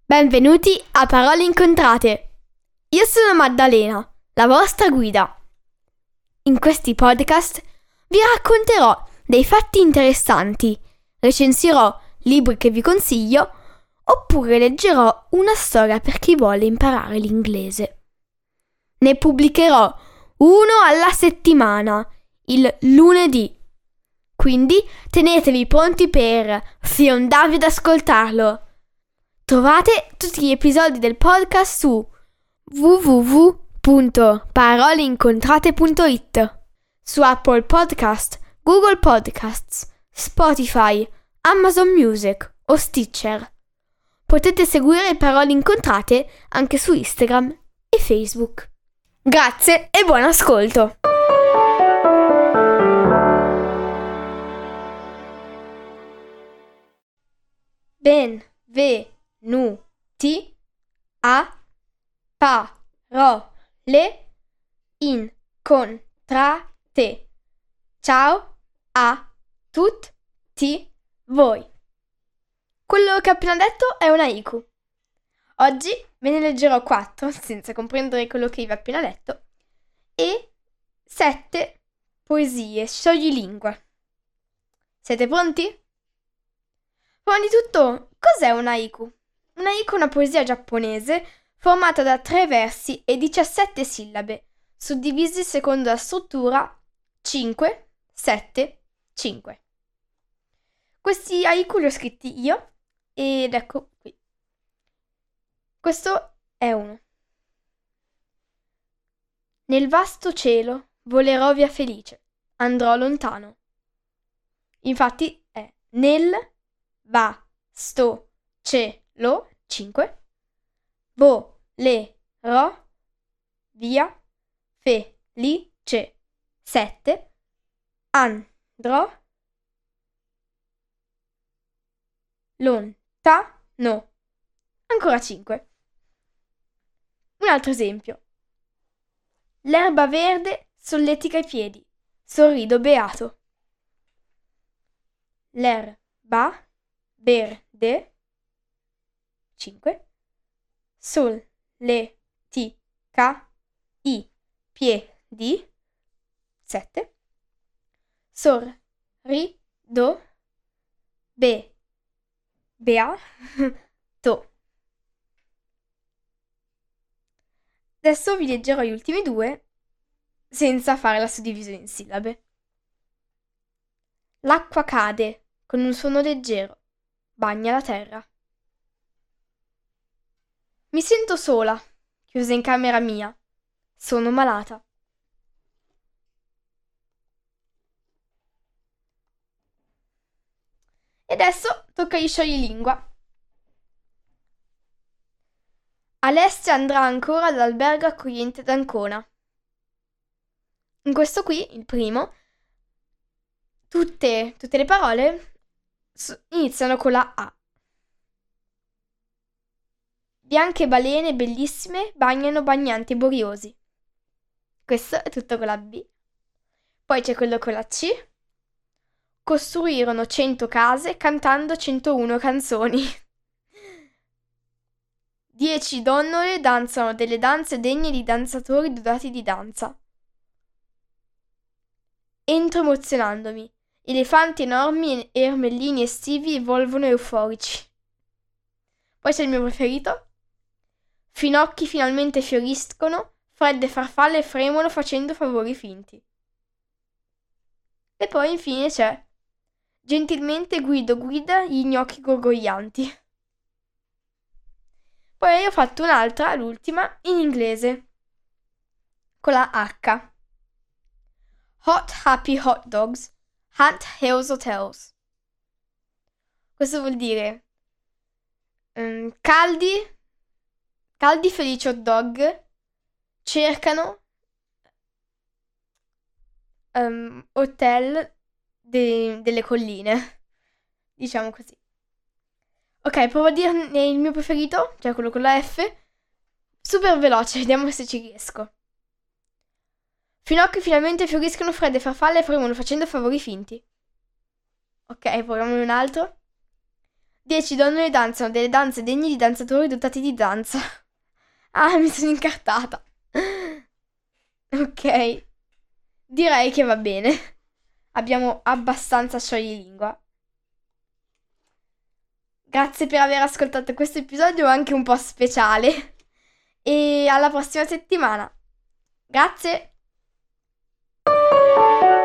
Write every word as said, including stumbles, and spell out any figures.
Benvenuti a Parole Incontrate. Io sono Maddalena, la vostra guida. In questi podcast vi racconterò dei fatti interessanti, recensirò libri che vi consiglio, oppure leggerò una storia per chi vuole imparare l'inglese. Ne pubblicherò uno alla settimana, il lunedì. Quindi tenetevi pronti per fiondarvi ad ascoltarlo. Trovate tutti gli episodi del podcast su w w w punto parole incontrate punto i t, su Apple Podcast, Google Podcasts, Spotify, Amazon Music o Stitcher. Potete seguire Parole Incontrate anche su Instagram e Facebook. Grazie e buon ascolto! Benvenuti a Parole Incontrate. Ciao a tutti voi. Quello che ho appena detto è una haiku. Oggi ve ne leggerò quattro, senza comprendere quello che vi ho appena letto, e sette poesie scioglilingua. Siete pronti? Prima di tutto, cos'è un haiku? Un haiku è una poesia giapponese formata da tre versi e diciassette sillabe, suddivisi secondo la struttura cinque sette cinque. Questi haiku li ho scritti io ed ecco qui. Questo è uno. Nel vasto cielo volerò via felice, andrò lontano. Infatti è nel vasto cielo cinque, volerò via felice sette, andrò lontano ancora cinque. Un altro esempio. L'erba verde solletica i piedi, sorrido beato. L'erba verde cinque, solletica i piedi sette, sorrido be beato. Adesso vi leggerò gli ultimi due senza fare la suddivisione in sillabe. L'acqua cade con un suono leggero, bagna la terra. Mi sento sola, chiusa in camera mia. Sono malata. E adesso tocca agli scioglilingua. Alessia andrà ancora all'albergo accogliente d'Ancona. In questo qui, il primo, tutte, tutte le parole iniziano con la A. Bianche balene bellissime bagnano bagnanti boriosi. Questo è tutto con la B. Poi c'è quello con la C. Costruirono cento case cantando centouno canzoni. Dieci donnole danzano delle danze degne di danzatori dotati di danza. Entro emozionandomi. Elefanti enormi e ermellini estivi evolvono euforici. Poi c'è il mio preferito. Finocchi finalmente fioriscono, fredde farfalle fremono facendo favori finti. E poi infine c'è gentilmente Guido guida gli gnocchi gorgoglianti. Poi ho fatto un'altra, l'ultima, in inglese, con la H. Hot happy hot dogs, Hunt Hills Hotels. Questo vuol dire um, caldi, caldi felici hot dog cercano um, hotel de- delle colline, diciamo così. Ok, provo a dirne il mio preferito, cioè quello con la F, super veloce, vediamo se ci riesco. Finocchi finalmente fioriscono fredde farfalle e fremono facendo favori finti. Ok, proviamo un altro. dieci donne danzano delle danze degne di danzatori dotati di danza. Ah, mi sono incartata. Ok. Direi che va bene. Abbiamo abbastanza scioglilingua. Grazie per aver ascoltato questo episodio anche un po' speciale. E alla prossima settimana. Grazie.